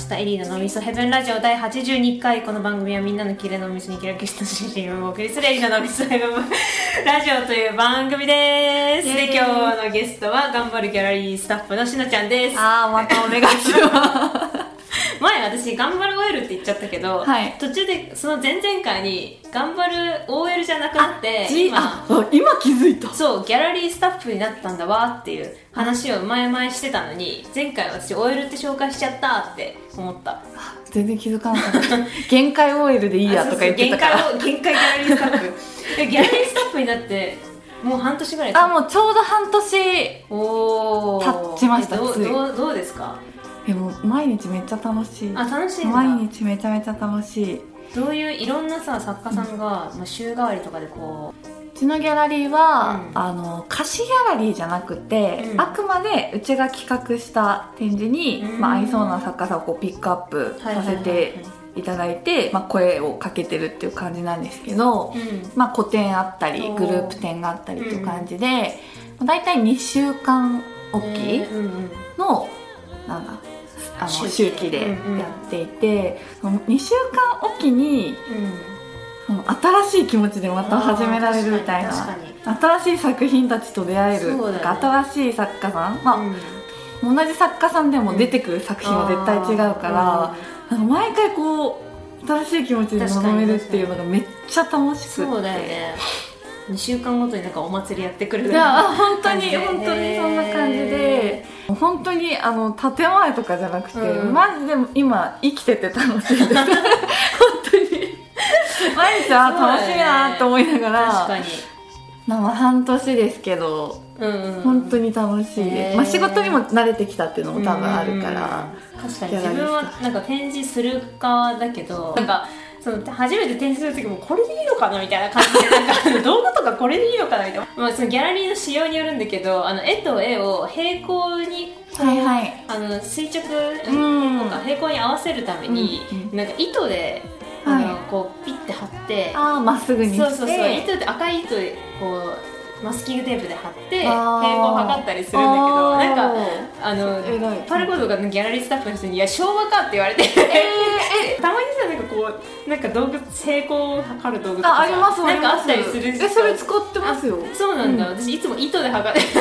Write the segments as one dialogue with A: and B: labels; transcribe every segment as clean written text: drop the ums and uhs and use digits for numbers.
A: したエリーの脳みそヘブンラジオ第82回。この番組はみんなのキレの脳みそにキラキラした写真をお送りするエリーの脳みそヘブンラジオという番組です。で、今日のゲストは頑張るギャラリースタッフのしのちゃんです。
B: またお願いします
A: 前私頑張る OL って言っちゃったけど、はい、途中でその前々回に頑張る OL じゃなくなって
B: 今気づいた。
A: そう、ギャラリースタッフになったんだわっていう話を前々してたのに、前回私 OL って紹介しちゃったって思った。
B: 全然気づかなかった限界 OL でいいやとか言ってたから。
A: 限界ギャラリースタッフギャラリースタッフになってもう半年ぐらい。
B: もうちょうど半年経ちました。
A: どうですか？
B: もう毎日めっちゃ楽しい。
A: 楽しいんだ。
B: 毎日めちゃめちゃ楽しい。
A: どういういろんなさ作家さんが、週替わりとかでこ
B: うちのギャラリーは、貸しギャラリーじゃなくて、あくまでうちが企画した展示に、合いそうな作家さんをこうピックアップさせていただいて、声をかけてるっていう感じなんですけど、個展あったりグループ展があったりっていう感じで、だいたい2週間おきの周期でやっていて、2週間おきに、新しい気持ちでまた始められるみたいな、新しい作品たちと出会える、新しい作家さん、同じ作家さんでも出てくる作品は絶対違うから、毎回こう新しい気持ちで臨めるっていうのがめっちゃ楽しくて。
A: そうだよね。2週間ごとになんかお祭りやってくる。
B: いや本当にそんな感じで、本当に建前とかじゃなくて、マジで今生きてて楽しいです本当に毎日楽しいなと思いながら。
A: 確かに
B: 半年ですけど、本当に楽しいです。仕事にも慣れてきたっていうのも多分あるから。
A: 確かに自分はなんか展示する側だけど、なんか初めて展示する時もこれでいいのかなみたいな感じで、なんか動画とかこれでいいのかなみたいなそのギャラリーの仕様によるんだけど、絵と絵を平行にこう、垂直平行に合わせるために、なんか糸でこうピッて貼って、
B: まっすぐにして、
A: そう糸で赤い糸でこうマスキングテープで貼って平行を測ったりするんだけど、なんかパルコードがギャラリースタッフの人に「いや昭和か」って言われてたまにさ、なんかこうなんか道具平行を測る道具とかさ、
B: あります、
A: なんかあったりする。
B: それ使ってますよ。
A: そうなんだ、私いつも糸で測って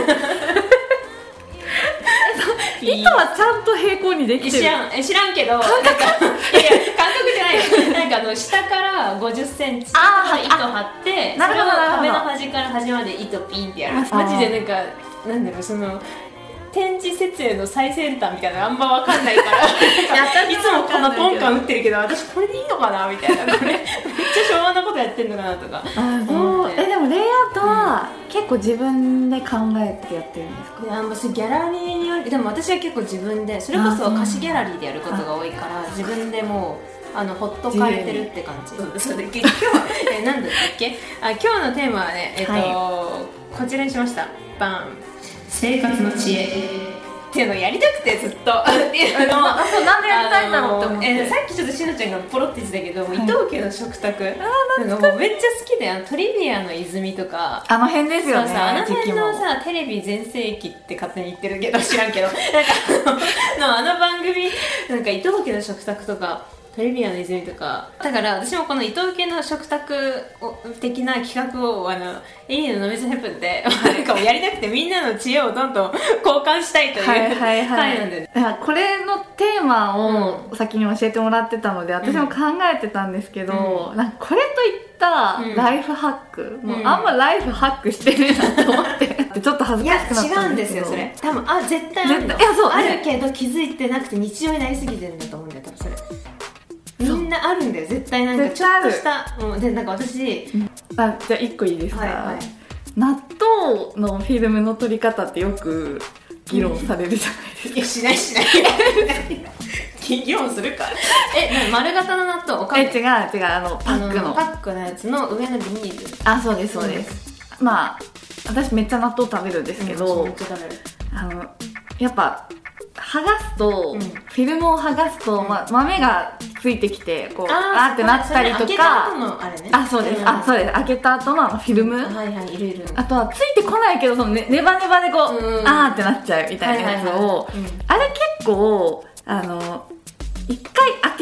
B: 糸はちゃんと平行にできてる。
A: 知らんけど、感覚じゃないなんか下から50センチ糸張って、それを壁の端から端まで糸ピンってやる。マジでなんかなんだろう、その展示設営の最先端みたいなのあんま分かんないからいつもこのポンカン打ってるけど、私これでいいのかなみたいな、これめっちゃ昭和なことやってんのかなとか思って。
B: でもレイアウトは結構自分で考えてやってるんですか？
A: いや、もうギャラリーによる。でも私は結構自分で、それこそ貸しギャラリーでやることが多いから、自分でもうほっとかれてるって感じ。そうだっけ。今日何だったっけ？今日のテーマはね、こちらにしました。バン。生活の知恵っていうのをやりたくてずっとなんでやり
B: たいんだろうって思って、
A: さっきちょっとしのちゃんがポロって言ってたけど、伊藤家の食卓もうめっちゃ好きで、トリビアの泉とか
B: 辺ですよね。
A: あの辺のさ、テレビ全盛期って勝手に言ってるけど知らんけどなんか番組なんか伊藤家の食卓とかトリビアの泉とか、だから私もこの伊藤家の食卓的な企画をエリーのノミズヘプンでなんかやりたくて、みんなの知恵をどんどん交換したいという回なんで、
B: これのテーマを先に教えてもらってたので、私も考えてたんですけど、なんかこれといったライフハック、もうあんまライフハックしてるなと思ってちょっと恥ずかしくなったんですけど。
A: いや違うんですよ、それ多分絶対あるの。あるけど気づいてなくて日常になりすぎてるんだと思うんだよ、多分それ。みんなあるんだよ絶対。なんかちょっとしたで、なんか私、
B: じゃあ1個いいですか？納豆のフィルムの取り方ってよく議論されるじゃないですか。
A: いやしない議論するか丸型の納豆？
B: 違うパックの
A: やつの上のビニール。
B: そうですそうです、私めっちゃ納豆食べるんですけど、やっぱ剥がすと、フィルムを剥がすと、豆がついてきてこうってなったりとか。開けた後のあれね。そうです、そうです。開けた後のフィルム、
A: いる。
B: あとはついてこないけどネバネバでこう、ってなっちゃうみたいなやつを、あれ結構一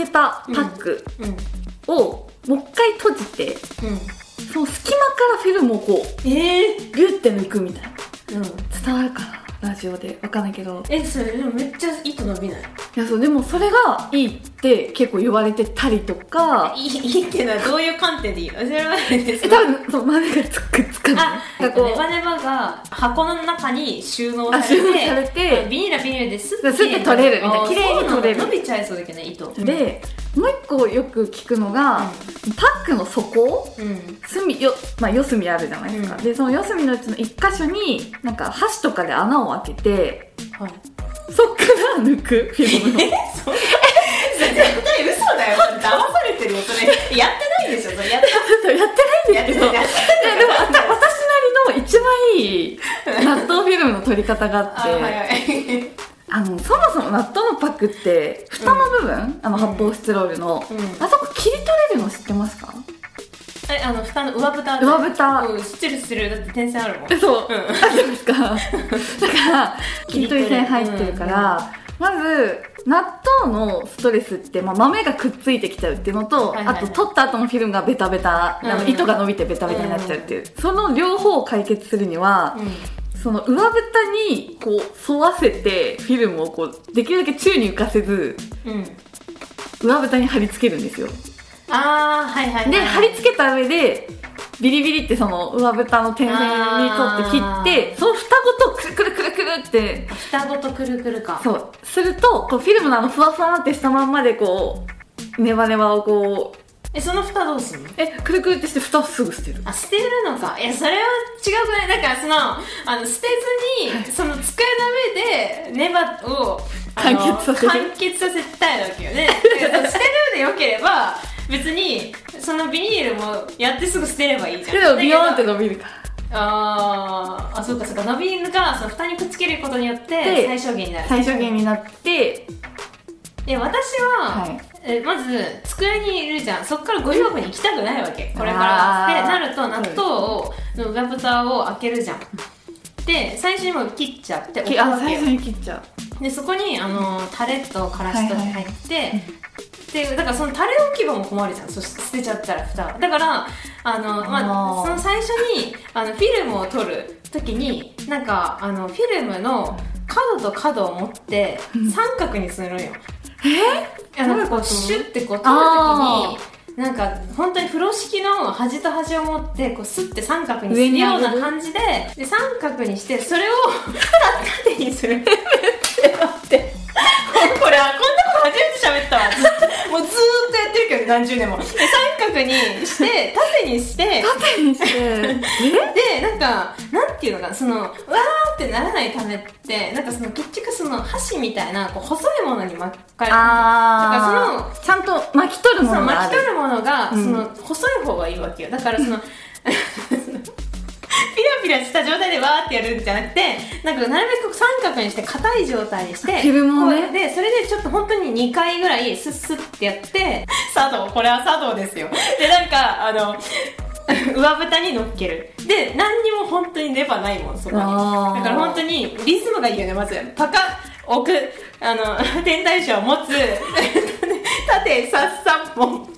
B: たパックをもう一回閉じて、その隙間からフィルムをこうビュッて抜くみたいな、伝わるかなラジオでわかんないけど、
A: それでもめっちゃ糸伸びない？
B: いやそう、でもそれがいいって結構言われてたりとか。
A: いいっていうのはどういう観点でいいの？それはです
B: 多分そう豆がくっつかない。
A: ネバネバが箱の中に収納されてビニールでスッて
B: 取れるみたいな、綺麗に取れる。
A: 伸びちゃいそうだけどね、糸
B: で、もう一個よく聞くのが、パックの底、四隅あるじゃないですか、でその四隅のうちの一箇所になんか箸とかで穴を開けて、そっから抜くフィルムの。
A: それ絶対嘘だよ。騙されてるよ。それやってないでしょ。それやって
B: ないんですけど、でも私なりの一番いい納豆フィルムの取り方があって、そもそも納豆のパックって蓋の部分、発泡スチロールの、あそこ切り取れるの知ってますか？
A: 蓋の上蓋。知ってる。だって点線あるもん。
B: そう。あるんですか。だから切り取り線入ってるから、まず納豆のストレスって、豆がくっついてきちゃうっていうのと、あと取った後のフィルムがベタベタ、糸が伸びてベタベタになっちゃうっていう、その両方を解決するには、その上蓋にこう沿わせてフィルムをこうできるだけ宙に浮かせず、上蓋に貼り付けるんですよ。で貼り付けた上でビリビリってその上蓋の点線に沿って切って、その蓋ごとくるくるくるくるって、
A: 蓋ごとくるくるか、
B: そうするとこうフィルムのふわふわってしたまんまでこうネバネバをこう、
A: その蓋どうするの？
B: くるくるってして蓋をすぐ捨てる。
A: 捨てるのか。それは違くない？だから捨てずにその机の上でネバを
B: 完結させ
A: たいわけよね。捨てるでよければ別にそのビニールもやってすぐ捨てればいいじゃん。
B: でもビヨーンって伸びるから。
A: そうか伸びるがその蓋にくっつけることによって最小限になる。
B: 最小限になって、
A: 私は、まず机にいるじゃん。そっからゴミ箱に行きたくないわけ、これからでなると納豆の上蓋を開けるじゃん。で最初にもう切っちゃって置くわけよ。
B: 最初に切っちゃう。
A: でそこにタレとからしと入って、でだからそのタレ置き場も困るじゃん。そして捨てちゃったら蓋だからその最初にフィルムを取る時になんかフィルムの角と角を持って三角にするのよ。なんかこうシュッてこう取る時になんか本当に風呂敷の端と端を持ってこうスッて三角にするような感じで三角にしてそれを縦にする。待ってこれこんなこと初めて喋ったわ。もうずーっとやってるけど何十年も。三角にして縦にしてでなんていうのかな、うわーってならないためってなんか結局その箸みたいなこう細いものに巻かれて、なんか
B: ちゃんと巻き取るものがある。
A: 巻き取るものが細い方がいいわけよ。だからピラピラした状態でわーってやるんじゃなくて、なんかなるべく三角にして硬い状態にして
B: フィルムをね、
A: でそれでちょっと本当に2回ぐらいスッスッってやってこれは茶道ですよ。でなんか上蓋に乗っける。で何にも本当にネバないもんそこに。だから本当にリズムがいいよね。まずパカッ置く天台紙を持つ縦3本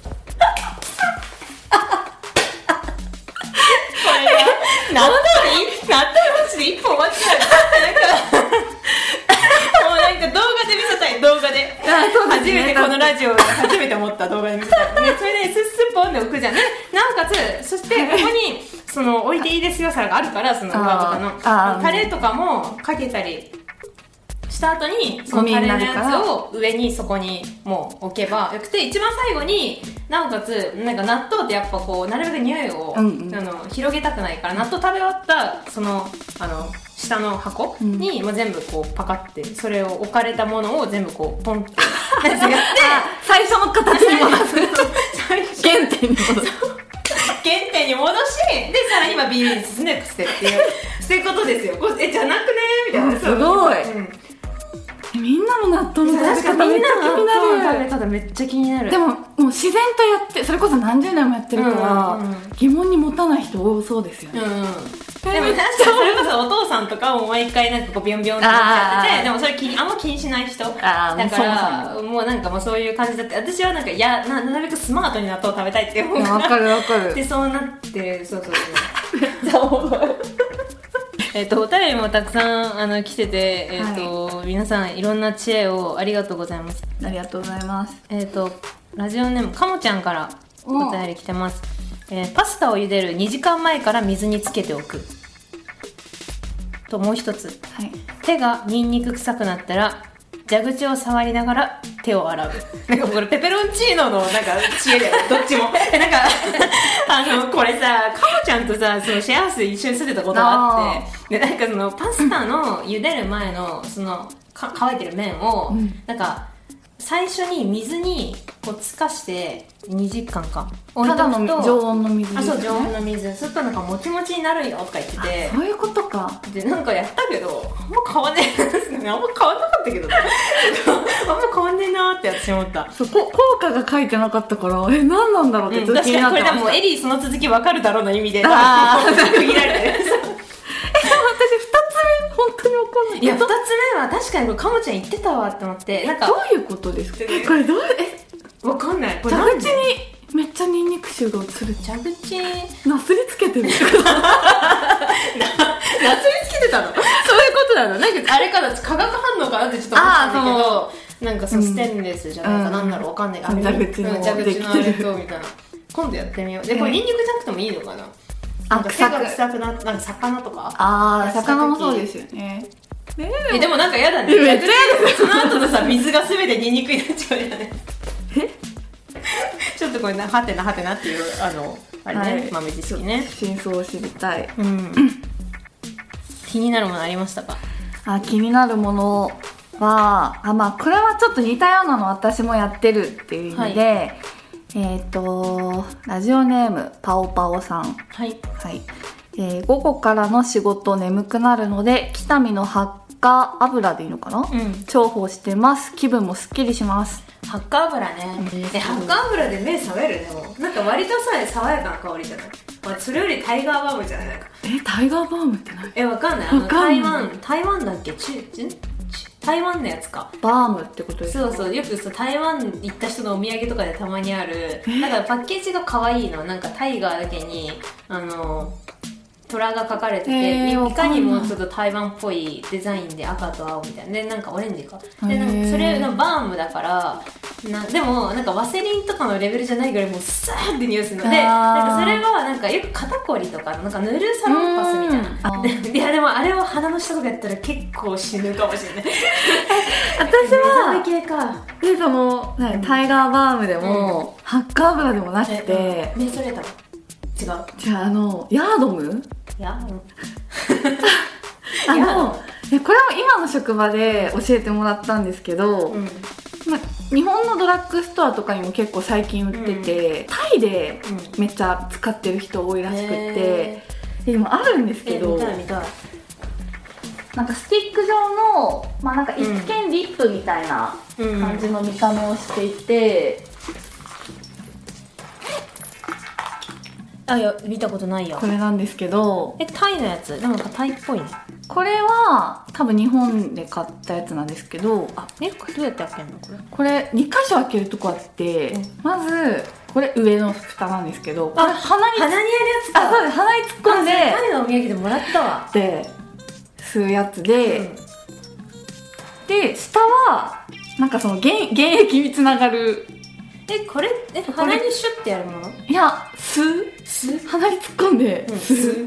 A: 納豆マジで1本終わっちゃう。もうなんか動画で見せたい。動画で初めてこのラジオで初めて思った動画で見せたい。それでスッスッポンで置くじゃんね。なおかつそしてここに置いていいですよ皿があるから、その上蓋のタレとかもかけたりした後にそのタレのやつを上にそこにもう置けばよくて、一番最後になおかつなんか納豆ってやっぱこうなるべく匂いを、広げたくないから納豆食べ終わったその下の箱に、全部こうパカってそれを置かれたものを全部こうポンってやって
B: 最初の形に戻す。原点に戻す。
A: 原点に戻し、でさらに今ビールに進んで捨てっていうそういうことですよ。じゃなくねみたいな。
B: すごい。みんなも納豆の食べ方めっちゃ気になる。
A: みんなの納豆の食べ方めっちゃ気になる。
B: でももう自然とやってそれこそ何十年もやってるから、疑問に持たない人多そうですよね。
A: でも確かにそれこそお父さんとかも毎回なんかこうビョンビョンってやってて、でもそれあんま気にしない人だからもうなんかもうそういう感じだって、私はなんかなるべくスマートに納豆を食べたいって思うから、
B: わかるわかる。
A: でそうなってそうお便りもたくさん来てて、皆さんいろんな知恵をありがとうございます。
B: ありがとうございます。
A: ラジオネームかもちゃんからお便り来てます。パスタを茹でる2時間前から水につけておくと、もう一つ、手がニンニク臭くなったら蛇口を触りながら手を洗う。なんかこれペペロンチーノのなんか知恵だよどっちも。なんかこれさ、かもちゃんとさそのシェアハウスで一緒に住んでたことがあって、でなんかそのパスタの茹でる前のその乾いてる麺を、なんか最初に水にこうつかして2時間か置いとくと、
B: ただの常温の水ですね。
A: そう常温の水、そうするとなんかもちもちになるよとか言ってて、
B: そういうことか。
A: でなんかやったけどあんま変わんねえあんま変わんなかったけどあんま変わんねえなーって私思った。
B: そう効果が書いてなかったから何なんだろうってずっと気になってました。
A: 確かにこれでもエリーその続き分かるだろうの意味で区切られてる。
B: 本当にわかんない。
A: いや2つ目は確かにこれかもちゃん言ってたわって思って、なんか
B: どういうことですかこれ。
A: わかんない。
B: 蛇口にめっちゃニンニク臭が移る。
A: 蛇口
B: なすりつけてる。なすりつ
A: けてたのそういうことなの。なんかあれかな、化学反応かなってちょっと思ったんだけど、なんかステンレスじゃないかなんだろうわかんない。
B: 蛇口の
A: あれとみたいな。今度やってみよう。でこれニンニクじゃなくてもいいのかな。なんか手が臭くなって、なんか魚とか。
B: 魚もそうですよね。
A: でもなんか嫌だね。
B: めっちゃ嫌です。
A: その後のさ水が全てニンニクになっちゃうよね。ちょっとこれはてなはてなっていうあれね、豆知識ね。
B: 真相を知りたい。
A: 気になるものありましたか？
B: 気になるものはまあこれはちょっと似たようなの私もやってるっていう意味で、ラジオネームパオパオさん。午後からの仕事眠くなるので北見のハッカー油でいいのかな、重宝してます。気分もすっきりします。
A: ハッカー油ね、ハッカー油で目覚める。でもなんか割とさ爽やかな香りじゃない？それよりタイガーバームじゃないか。
B: タイガーバームって何？
A: わかんない。台湾だっけ？台湾のやつか。
B: バームってことですか？
A: そうそう、よくさ台湾行った人のお土産とかでたまにある、なんかパッケージが可愛いの。なんかタイガーだけに虎が描かれてて、いかにもちょっと台湾っぽいデザインで赤と青みたいなで、なんかオレンジかで、なんかそれのバームだからでもなんかワセリンとかのレベルじゃないぐらいもうスーって匂いするので、なんかそれはなんかよく肩こりとかなんか塗るサロンパスみたいな。いやでもあれを鼻の下とかやったら結構死ぬかもしれない。
B: 私は
A: 系か
B: でそのタイガーバームでも、ハッカー油でもなくて、
A: メンソレーター違う。
B: じゃあヤードムこれも今の職場で教えてもらったんですけど、日本のドラッグストアとかにも結構最近売ってて、タイでめっちゃ使ってる人多いらしくってで今あるんですけど、なんかスティック状の、なんか一見リップみたいな感じの見た目をしていて、
A: いや見たことないよ。
B: これなんですけど、
A: タイのやつなんかタイっぽいね。
B: これは多分日本で買ったやつなんですけど、
A: これどうやって開けるの？
B: これ2箇所開けるとこあって、まずこれ上の蓋なんですけど、これ鼻に
A: やるやつか。
B: そうです、鼻に突っ込んで
A: タイのお土産でもらったわ
B: で吸うやつで、で下はなんかその原液につながる。
A: これ鼻にシュッてやるもの？
B: いや、吸う鼻に突っ込んで吸う。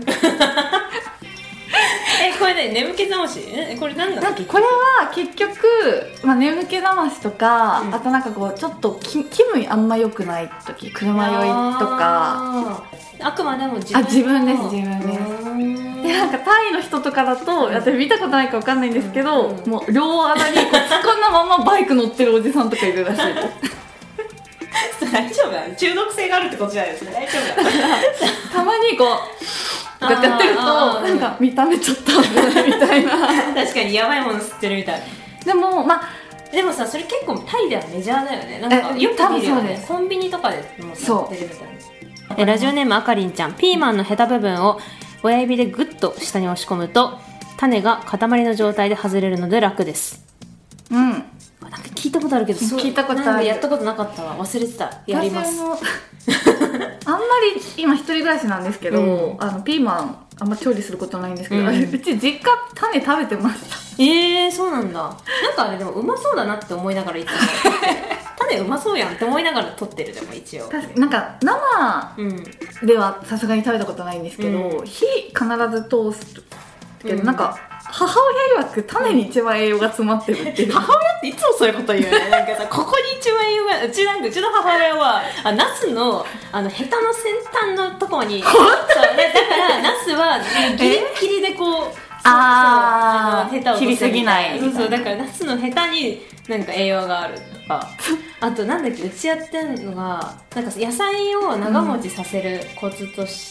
A: これね、眠気覚まし？これ何だっけ？
B: これは結局、眠気覚ましとか、あとなんかこうちょっと気分あんま良くない時、車酔いとか。
A: あくまでも自
B: 分です。でなんかタイの人とかだと、私見たことないか分かんないんですけど、もう両穴にこう突っ込んだままバイク乗ってるおじさんとかいるらしいです。
A: 大丈夫だ、中毒性があるってことじゃないですね。大丈夫だ。
B: たまにこうやってるとなんか見た目ちょっと危ないみたいな。
A: 確かにやばいもの吸ってるみたい。
B: でも
A: でもさそれ結構タイではメジャーだよね。なんかよく見るよね。コンビニとかでも売ってるみたいな。ラジオネームあかりんちゃん。ピーマンのヘタ部分を親指でグッと下に押し込むと種が塊の状態で外れるので楽です。うん。なんか聞いたことあるけど、
B: 聞いたことある。
A: やったことなかったわ。忘れてた。やります。
B: あんまり今一人暮らしなんですけど、ピーマンあんま調理することないんですけど、うち実家種食べてました。
A: そうなんだ。なんかあれでもうまそうだなって思いながらいつも種うまそうやんって思いながら取ってる。でも一応
B: 確かになんか生ではさすがに食べたことないんですけど、火必ず通すけど、なんか母親曰く種に一番栄養が詰まってるっていう。
A: 母親っていつもそういうこと言うよね。なんかさここに一番栄養がうちの母親はナスのヘタの先端のところにそうだからナスはギリギリでこうヘタを
B: 切りすぎない。
A: そうだからナスのヘタになんか栄養があるとかあとなんだっけうちやってるのがなんか野菜を長持ちさせるコツとして、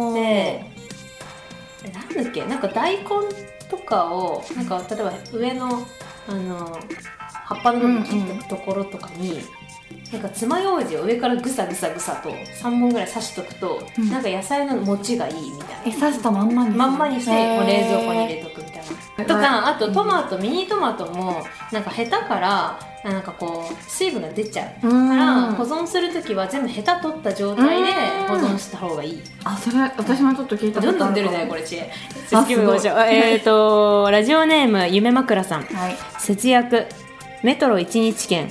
A: なんだっけなんか大根とかをなんか例えば上の葉っぱの部分切ったところとかになんか爪楊枝を上からぐさぐさぐさと3本ぐらい刺しとくと、なんか野菜の持ちがいいみたいな。
B: 刺したまんま
A: にしてこう冷蔵庫に入れとくみたいな。とかあとトマトミニトマトもなんかヘタからなんかこう水分が出ちゃうから保存するときは全部ヘタ取った状態で保存した方がいい。
B: それ私もちょっと聞いたことある。
A: どんどん出るねこれ知恵。ラジオネーム夢枕さん、節約メトロ1日券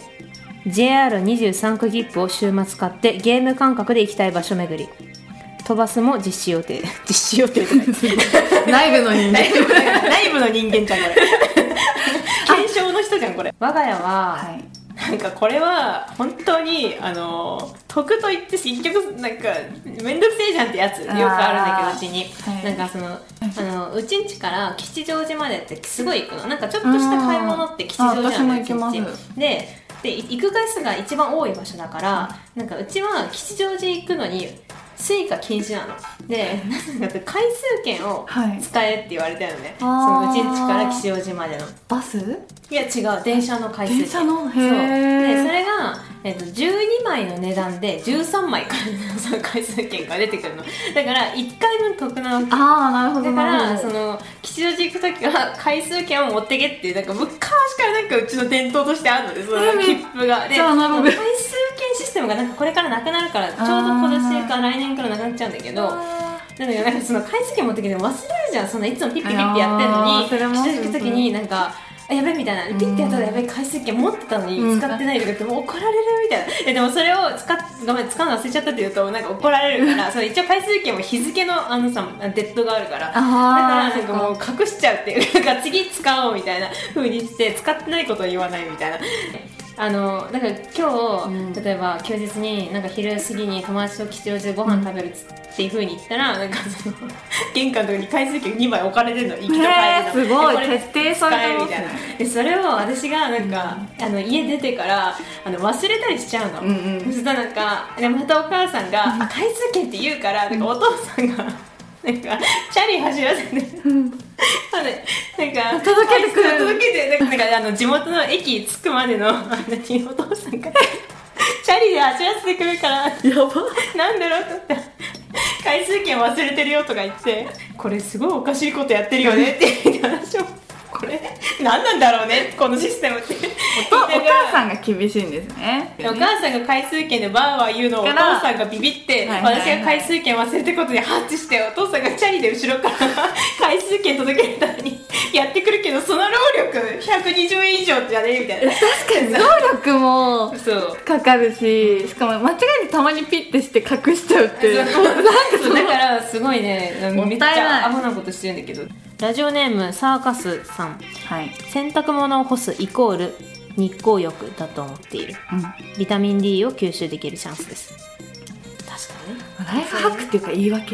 A: JR23 区切符を週末買ってゲーム感覚で行きたい場所巡り。飛ばすも実施予定とか
B: 内部の人間
A: 内部の人間じゃんこれ検証の人じゃんこれ。我が家は、なんかこれは本当に得と言って結局なんかめんどくせえじゃんってやつよくあるんだけどうちに、なんかうちん家から吉祥寺までってすごい行くの。なんかちょっとした買い物って吉祥寺なんだよで行く回数が一番多い場所だからなんかうちは吉祥寺行くのにスイカ禁止なので、なんか回数券を使えって言われてるのね、そのうちん家から吉祥寺までの。
B: バス？
A: いや違う、電車の回数券。
B: 電車の？
A: でそれが、12枚の値段で13枚からその回数券が出てくるの。だから1回分得なわけ。
B: なるほど。
A: だからその吉祥寺行くときは回数券を持ってけっていうなんか昔からなんかうちの伝統としてあるので、その切符がで回数券システムがなんかこれからなくなるからちょうど今年か来年からなくなっちゃうんだけど、なんかその回数券持ってきて忘れるじゃん。そのいつもピッピピッピやってんのに吉祥寺行くときになんかやべみたいなピッてやったらやべ回数券持ってたのに使ってないとかってもう怒られるみたいな。でもそれを使うの忘れちゃったって言うとなんか怒られるからその一応回数券も日付のデッドがあるからだからなんかもう隠しちゃうっていうか次使おうみたいな風にして使ってないことを言わないみたいな。だから今日、例えば休日になんか昼過ぎに友達と吉祥寺でご飯食べるっていう風に言ったらなんかその玄関のとこに回数券2枚置かれてるの。行きと帰りの
B: すごい徹底されてるみたいな。
A: でそれを私がなんか、家出てから忘れたりしちゃうの、そしたらなんかでまたお母さんが回数券って言うからなんかお父さんがなんかチャリ走らせてなんか届けてなんか地元の駅着くまでのお父さんがチャリで走らせてくるからやばなんだろうって言ったら回数券忘れてるよとか言ってこれすごいおかしいことやってるよねって言って話をこれ何なんだろうねこのシステムって
B: お母さんが厳しいんですね。
A: お母さんが回数券でバーバー言うのをお父さんがビビって、私が回数券忘れたことにハッチしてお父さんがチャリで後ろから回数券届けるためにやってくるけどその労力120円以上じゃねえみたいな。
B: 確かに労力もかかるししかも間違いにたまにピッてして隠しちゃうってなんか
A: だからすごいねめっちゃアホなことしてるんだけど。ラジオネームサーカスさん、洗濯物を干すイコール日光浴だと思っている、ビタミン D を吸収できるチャンスです。確かにね。
B: ライフハックっていうか言い訳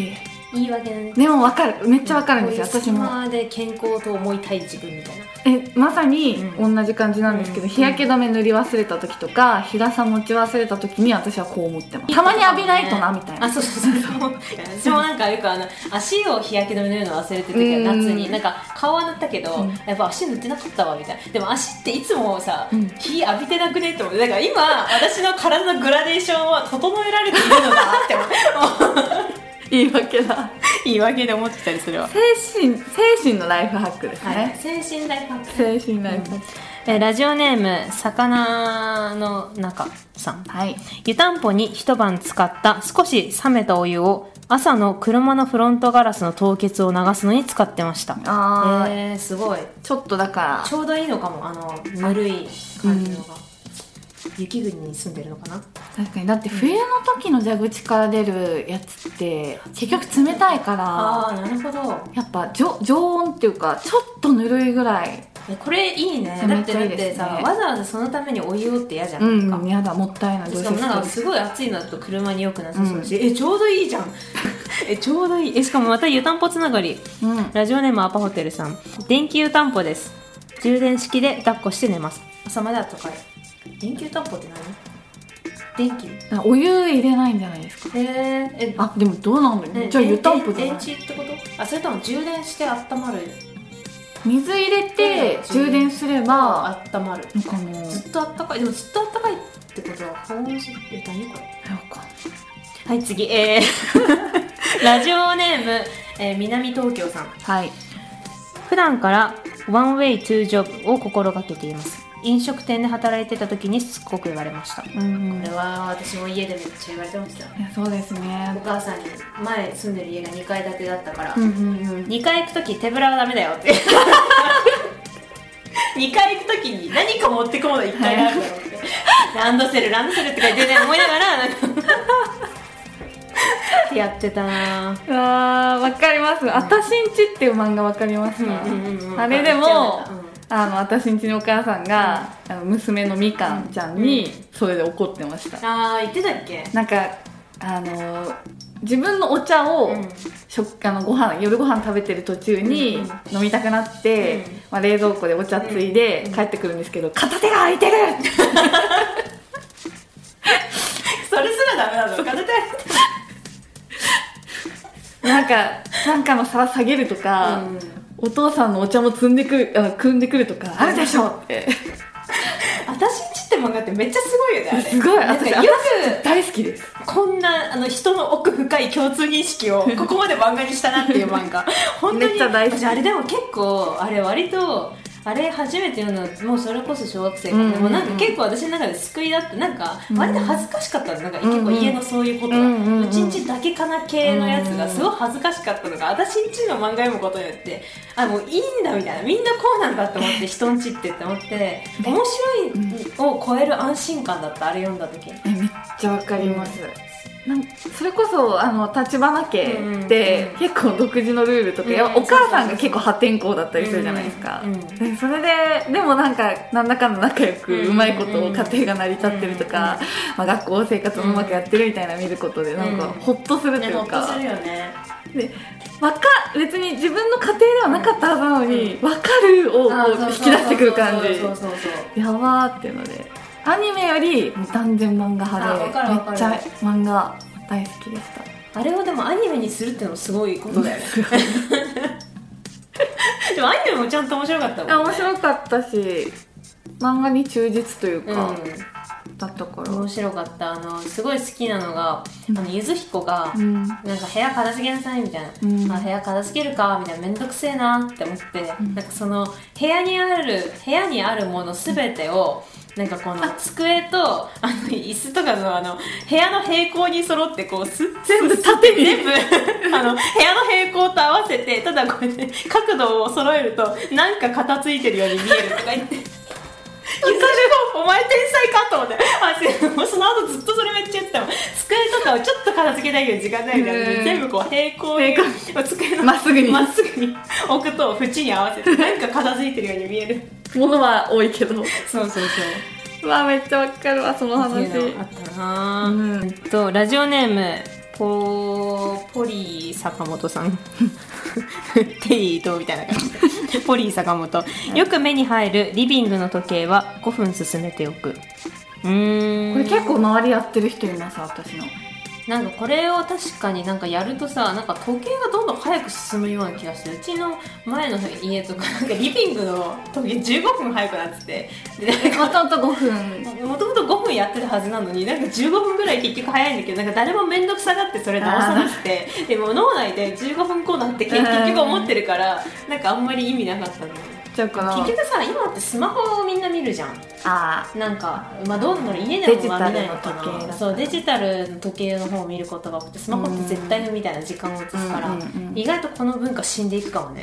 A: 言い訳だね。
B: でも分かる、めっちゃ分かるんですよ、私も。
A: 隙間で健康と思いたい自分みたいな。
B: まさに同じ感じなんですけど、日焼け止め塗り忘れた時とか日傘持ち忘れた時に私はこう思ってます。たまに浴びないとなみたいな。
A: あ、そう私もなんかよく足を日焼け止め塗るの忘れてる時は夏になんか顔は塗ったけど、やっぱ足塗ってなかったわみたいな。でも足っていつもさ、日浴びてなくねって思って、だから今私の体のグラデーションは整えられているのだって思って
B: 言い訳だ。
A: 言い訳で思ってたりするわ。
B: 精神のライフハックですね、
A: はい、精神ライフハック。
B: 精神ライフハック、
A: ラジオネーム魚の中さん、
B: はい、
A: 湯たんぽに一晩使った少し冷めたお湯を朝の車のフロントガラスの凍結を流すのに使ってました。すごい。
B: ちょっとだから
A: ちょうどいいのかも、ぬるい感じのが、雪国に住んでるのかな。
B: 確かに、だって冬の時の蛇口から出るやつって結局冷たいから、
A: なるほど、
B: やっぱ常温っていうかちょっとぬるいぐらい。
A: これいいね。だってさ、わざわざそのためにお湯をって嫌じゃん。
B: 嫌だ、もったいない。
A: しかもなんかすごい暑いのだと車によくなさそうし、ちょうどいいじゃんちょうどいい。しかもまた湯たんぽつながり、ラジオネームアパホテルさん、電気湯たんぽです。充電式で抱っこして寝ます。朝まであったかい。電気湯たんぽって何？電気？
B: お湯入れないんじゃないですか。でもどうなんだろう。じゃあ湯たんぽじゃない？
A: 電池ってこと？それとも充電して温まる？
B: 水入れて充電すれば
A: 温まるのかな。ずっと温かい。でもずっと温かいってことは何これ？はい、次。ラジオネーム、南東京さん、
B: はい、
A: 普段からワンウェイトゥージョブを心がけています。飲食店で働いてた時にすっごく言われました。これは私も家でめっちゃ言われてました。
B: いや、そうですね。
A: お母さんに、前住んでる家が2階建てだったから、2階行く時手ぶらはダメだよって2階行く時に何か持ってこうの1階があるだろうってランドセルって書いてね、思いながらなんかってやってたな。
B: わかります。あたしんちっていう漫画わかりますか？あれでもあたしんちのお母さんが、娘のみかんちゃんにそれで怒ってました。
A: 言ってたっけ？
B: なんか自分のお茶を、夜ご飯食べてる途中に飲みたくなって、冷蔵庫でお茶ついで帰ってくるんですけど、片手が空いてる
A: それすらダメなの？片手空いてる
B: なんかの皿下げるとか、お父さんのお茶も汲んでくるとかあるでしょって
A: あたしんちって漫画ってめっちゃすごいよね。あれ
B: すごい。私よく大好きです。
A: こんな人の奥深い共通認識をここまで漫画にしたなっていう漫画本当に
B: めっちゃ大好き。
A: あれでも結構割とあれ初めて読んだのもうそれこそ小学生から、でもなんか結構私の中で救いだって、なんか割と恥ずかしかったの。なんか結構家のそういうことがうちんちだけかな系のやつがすごい恥ずかしかったのが、私んちの漫画読むことによってもういいんだみたいな、みんなこうなんだって思って人んちって思って面白いを超える安心感だった。あれ読んだ時
B: めっちゃわかります。それこそ立花家って結構独自のルールとか、お母さんが結構破天荒だったりするじゃないですか。でそれでもなんだかんだ仲良くうまいこと家庭が成り立ってるとか、学校生活もうまくやってるみたいな見ることでなんかホッとするというか、
A: ホッとするよね。
B: で別に自分の家庭ではなかったはずなのに分かるを引き出してくる感じ、やばーっていうので、アニメより断然漫画派でめっちゃ漫画大好きでした。
A: あれをでもアニメにするっていうのもすごいことだよねでもアニメもちゃんと面白かったもんね。
B: 面白かったし漫画に忠実というか、だったから
A: 面白かった。すごい好きなのがゆずひこが、なんか部屋片付けなさいみたいな、部屋片付けるかみたいな、めんどくせえなって思って、なんかその部屋にあるものすべてをなんかこの机と椅子とかの部屋の平行に揃ってこう
B: 全部縦に
A: 部屋の平行と合わせて、ただこうやって角度を揃えるとなんか片付いてるように見えるとか言ってお前天才かと思って、その後ずっとそれめっちゃやってたもん。机とかをちょっと片付けないけど時間ないみたいなので、全部こう平行に机の
B: まっすぐに
A: 置くと縁に合わせてなんか片付いてるように見える
B: ものは多いけど
A: そう
B: めっちゃわかるわその話。
A: あったな、ラジオネームポリー坂本さんテリーとみたいな感じでポリー坂本、よく目に入るリビングの時計は5分進めておく。こ
B: れ結構周りやってる人います、私の。
A: なんかこれを確かになんかやるとさ、なんか時計がどんどん早く進むような気がして、うちの前の家とかなんかリビングの時計15分早くなってて、
B: もともと5分
A: もともと5分やってるはずなのに、なんか15分ぐらい結局早いんだけど、なんか誰も面倒くさがってそれ直さなくて、でも脳内で15分後だって結局思ってるから、なんかあんまり意味なかったんだよね。結局さ、今ってスマホをみんな見るじゃん。なんか、まあ、どんどん家でも見ないのかな。そう、デジタルの時計の方を見ることが多くて、スマホって絶対のみたいな時間を移すから、意外とこの文化死んでいくかもね。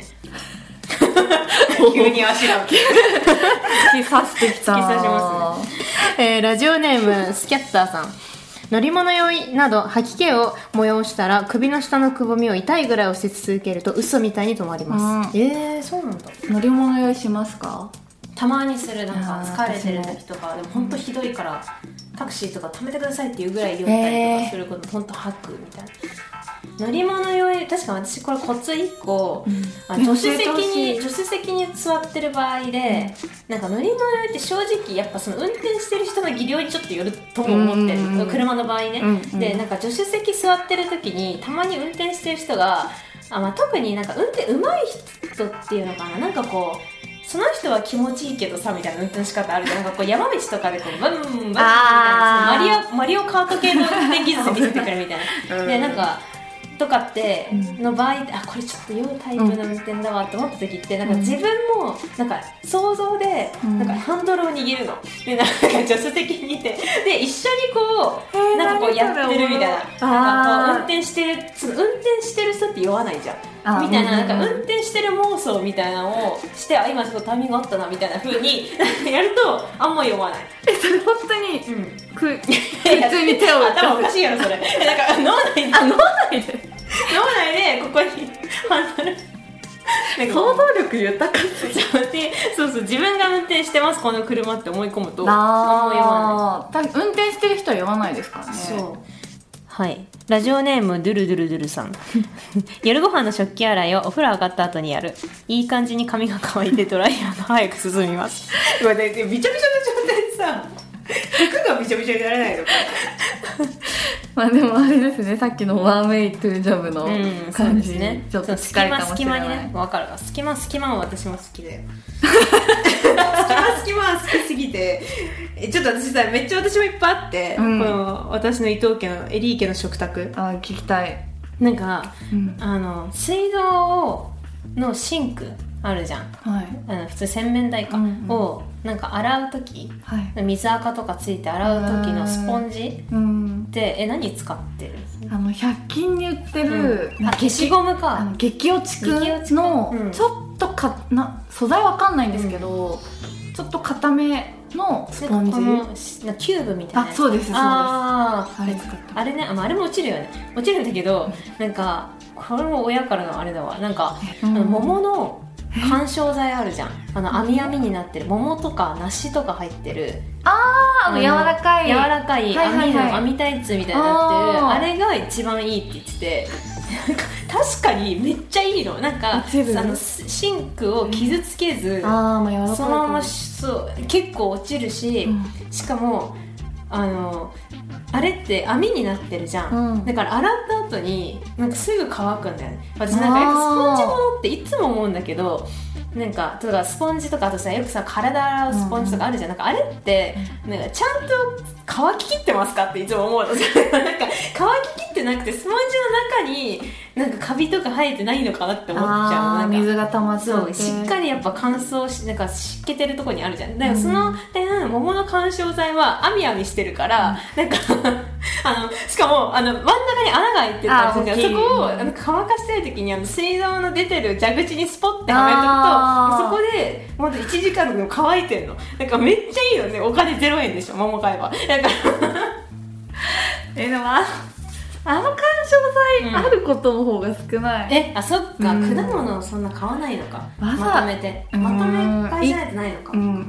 A: 急に足が突
B: き刺してきた。
A: 突き刺しますね。ラジオネームスキャッターさん。乗り物酔いなど吐き気を催したら首の下のくぼみを痛いぐらい押し続けると嘘みたいに止まります。そうなんだ。
B: 乗り物酔いしますか？
A: たまにする。なんか疲れてる時とかでも本当ひどいからタクシーとか止めてくださいっていうぐらい酔ったりとかすること本当吐くみたいな。乗り物酔い、確か私これコツ1個、助手席に座ってる場合で、なんか乗り物酔いって正直やっぱその運転してる人の技量にちょっとよるとも思ってる、車の場合ね、でなんか助手席座ってる時にたまに運転してる人が特になんか運転上手い人っていうのかな、なんかこうその人は気持ちいいけどさみたいな運転の仕方あるじゃん。なんかこう山道とかでこうバンバンバンみたいなマリオカート系の運転技術見せてくるみたいなでなんかとかっての場合、これちょっと酔うタイプの運転だわって思った時って、なんか自分もなんか想像でなんかハンドルを握るので、なんか助手席にいてで一緒にこうなんかこうやってるみたいな、なんかこう運転してる人って酔わないじゃんみたいな、なんか運転してる妄想みたいなのをして、今ちょっとタイミングあったなみたいな風にやるとあんま酔わない。
B: それ本当に普通に手を
A: 頭おかしいやろそれ。なんか脳内でここにハンドル
B: 想像力豊かすぎて
A: そう自分が運転してますこの車って思い込むとあんま酔わない。
B: 運転してる人は酔わないですからね。
A: そうはい。ラジオネームドゥルドゥルドゥルさん。夜ご飯の食器洗いをお風呂上がった後にやる。いい感じに髪が乾いてドライヤーが早く進みます。びちょびちょの状態でさ服がびちょびちょにならないのか
B: まあでもあれですね、さっきのワンウェイトゥージョブの感じにちょっと近いかもしれない。
A: 隙間にね、分かるわ。隙間は私も好きだよ。隙間は好きすぎてちょっと私さ、めっちゃ私もいっぱいあって、この私の伊藤家のエリー家の食卓
B: 聞きたい。
A: なんか、水道のシンクあるじゃん、普通洗面台か、をなんか洗う時、水垢とかついて洗う時のスポンジって何使ってる
B: ？100均に売ってる、
A: 消しゴムか
B: 激落ちくのちょっと素材わかんないんですけど、ちょっと固めのスポンジ
A: キューブみたいな。
B: そうです
A: あれね、あれも落ちるよね。落ちるんだけど、なんかこれも親からのあれだわ。なんか桃の緩衝材あるじゃん。網になってる桃とか梨とか入ってる
B: 柔らかい
A: 網タイツみたいになってるあれが一番いいって言ってて確かにめっちゃいいの。なんかシンクを傷つけず、そのまま結構落ちるし、しかもあれって網になってるじゃん、だから洗った後になんかすぐ乾くんだよね。私なんかよくスポンジものっていつも思うんだけど、なんか例えばスポンジとかあとさ、よくさ体洗うスポンジとかあるじゃん、なんかあれってなんかちゃんと乾ききってますかっていつも思うのなんか乾ききってなくてスポンジの中になんかカビとか生えてないのかなって思っちゃう。なんか
B: 水が溜まっちゃって
A: しっかりやっぱ乾燥し、なんか湿気てるところにあるじゃん。だからその点、桃の緩衝材は網してるから、なんかしかも真ん中に穴が開いてたりするから、そこを乾かしたい時に水道の出てる蛇口にスポッてはめとくと、そこでまだ1時間でも乾いてんの。なんかめっちゃいいよね。お金0円でしょ、桃買えば。だから
B: でも緩衝材あることの方が少ない。
A: そっか、果物をそんな買わないのか。まとめ買いじゃないとないのか。
B: 1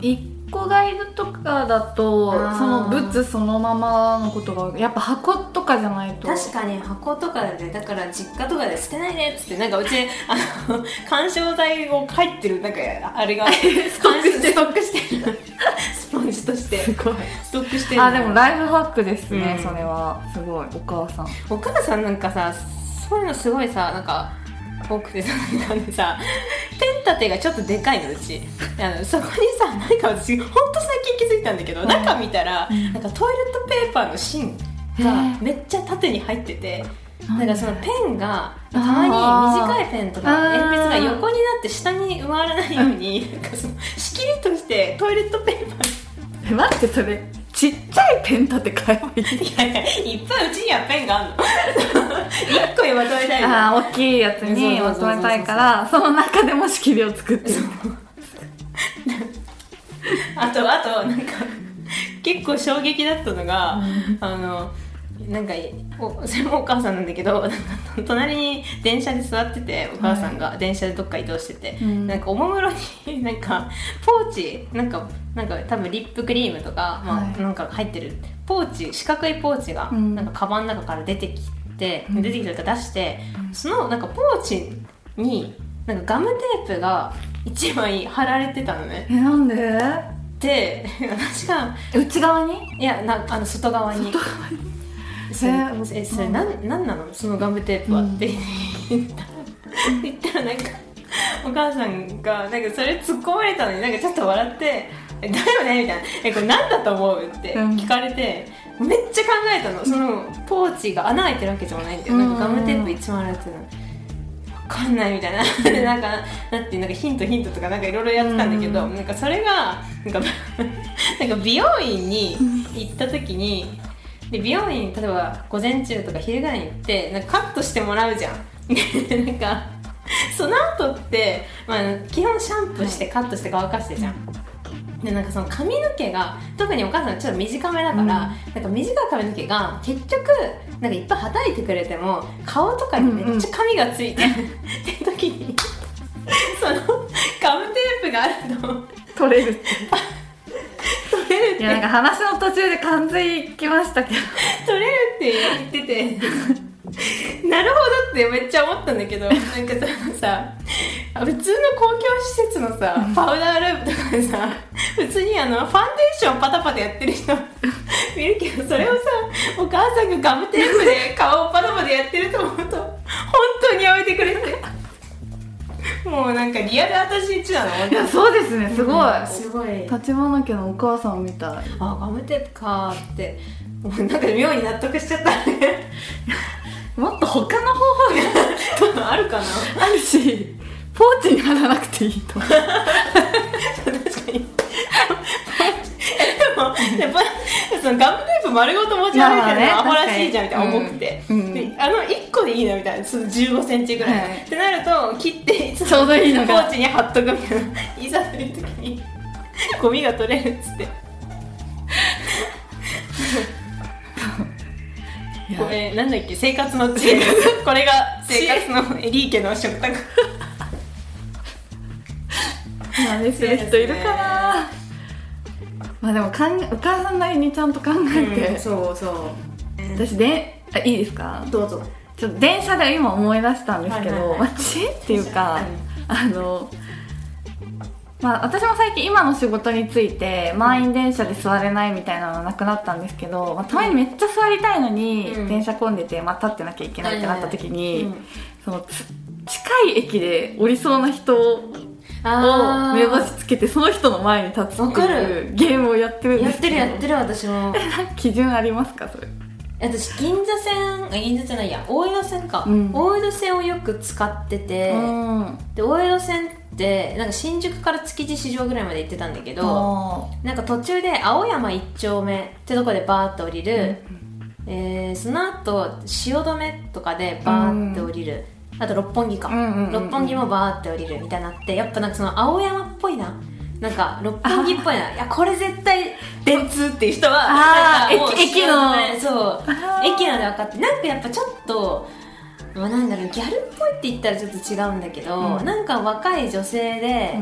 B: 個ガイドとかだとその物そのままのことがやっぱ箱とかじゃないと。
A: 確かに箱とかで、だから実家とかで捨てないでっつって、なんかうち緩衝材を入ってるなんかあれがストックしてるスポンジとして
B: すごい
A: ストックしてる。
B: でもライフハックですね、それはすごい。お母さん
A: なんかさ、そういうのすごいさ、なんか多くてさ、なんでさ、ペン立てがちょっとでかいのうち。そこにさ、なんか私ほんと最近気づいたんだけど、中見たら、なんかトイレットペーパーの芯がめっちゃ縦に入ってて、なんかそのペンがたまに短いペンとか鉛筆が横になって下に埋まらないように、なんかその仕切りとしてトイレットペーパー
B: 待って、それちっちゃいペン立て買えばいい。
A: いやいや、いっぱいうちにはペンがあるの1個にまとめたいの。
B: 大きいやつにまとめたいから、その中でも仕切りを作ってる
A: あとなんか結構衝撃だったのが、なんかそれもお母さんなんだけど、なんか隣に電車で座ってて、お母さんが電車でどっか移動してて、なんかおもむろになんかポーチ、なんか多分リップクリームとか、なんか入ってるポーチ、四角いポーチがなんかカバンの中から出てきてとか出して、そのなんかポーチになんかガムテープが1枚貼られてたのね。
B: なんで？
A: で、私が
B: 内側に？
A: いや、外側にそれ何なのそのガムテープは、って言ったらなんかお母さんがなんかそれ突っ込まれたのに、なんかちょっと笑って「だよね」みたいな「これ何だと思う?」って聞かれて、めっちゃ考えたの。そのポーチが穴開いてるわけじゃないんだよ。なんかガムテープ一枚貼られてるの分かんないみたいなで、なんかヒントとかなんかいろいろやってたんだけど、なんかそれがなんか美容院に行った時に、で美容院例えば午前中とか昼ぐらいに行ってなんかカットしてもらうじゃんなんかその後って、基本シャンプーしてカットして乾かしてじゃん。でなんかその髪の毛が特にお母さんちょっと短めだから、なんか短い髪の毛が結局なんかいっぱいはたいてくれても顔とかにめっちゃ髪がついて、って時にそのガムテープがあると
B: 取れるっていや、なんか話の途中で感づきましたけど
A: 取れるって言っててなるほどってめっちゃ思ったんだけど、なんかさ普通の公共施設のさパウダールームとかでさ、普通にファンデーションパタパタやってる人見るけど、それをさお母さんがガムテープで顔をパタパタやってると思うと本当にやめてくれてもうなんかリアル私んちなの。
B: いや、そうですね、すごい、
A: すごい
B: 立花家のお母さんみたい。
A: ガムテープかーって、もうなんか妙に納得しちゃったね
B: もっと他の方法が
A: あるかな。
B: あるし、ポーチに貼らなくていいと思う確
A: かにでもやっぱそのガムテープ丸ごと持ち歩いてるのはアホらしいじゃんみたいな、重くて、で1個でいいのみたいな、その15センチぐらい、ってなると切って
B: ちょうどいいのが
A: ポーチに貼っとくみたいな、いざという時にゴミが取れるっつってこれなんだっけ、生活の知恵これが生活のエリー家の食卓
B: 真似する人いるかな。でもお母さんなりにちゃんと考えて、
A: そう
B: 私でいいですか？
A: どうぞ。
B: ちょっと電車で今思い出したんですけど、知恵っていうか、私も最近今の仕事について満員電車で座れないみたいなのなくなったんですけど、たまにめっちゃ座りたいのに、電車混んでて、立ってなきゃいけないってなった時に、その近い駅で降りそうな人を目星つけてその人の前に立つっていうゲームをやってるんですけど。
A: やってる私も。
B: 基準ありますか、それ？
A: 私銀座じゃないや、大江戸線か、大江戸線をよく使ってて、で大江戸線ってなんか新宿から築地市場ぐらいまで行ってたんだけど、なんか途中で青山一丁目ってとこでバーッと降りる、その後汐留とかでバーッて降りる、あと六本木か、六本木もバーって降りるみたいになって、やっぱなんかその青山っぽいな、なんか六本木っぽいな、いやこれ絶対電通っていう人は
B: 駅の
A: そう駅なんで分かって、なんかやっぱちょっとなんだろう、ギャルっぽいって言ったらちょっと違うんだけど、なんか若い女性で、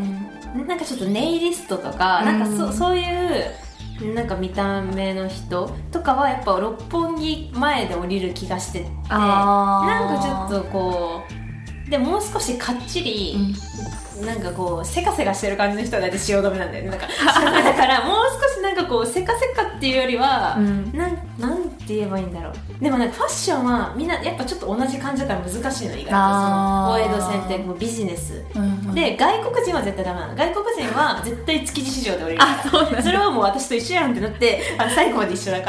A: なんかちょっとネイリストとか、なんかそういうなんか見た目の人とかはやっぱ六本木前で降りる気がしてて、なんかちょっとこうでもう少しかっちり、なんかこうせかせかしてる感じの人が大体汐留なんだよね。なんかだからもう少しなんかこうせかせかっていうよりは、なんて言えばいいんだろう。でもなんかファッションはみんなやっぱちょっと同じ感じだから難しいの、意外とその大江戸線ってもうビジネス、で外国人は絶対ダメなの。外国人は絶対築地市場で降りるからそれはもう私と一緒やんってなって最後まで一緒だから、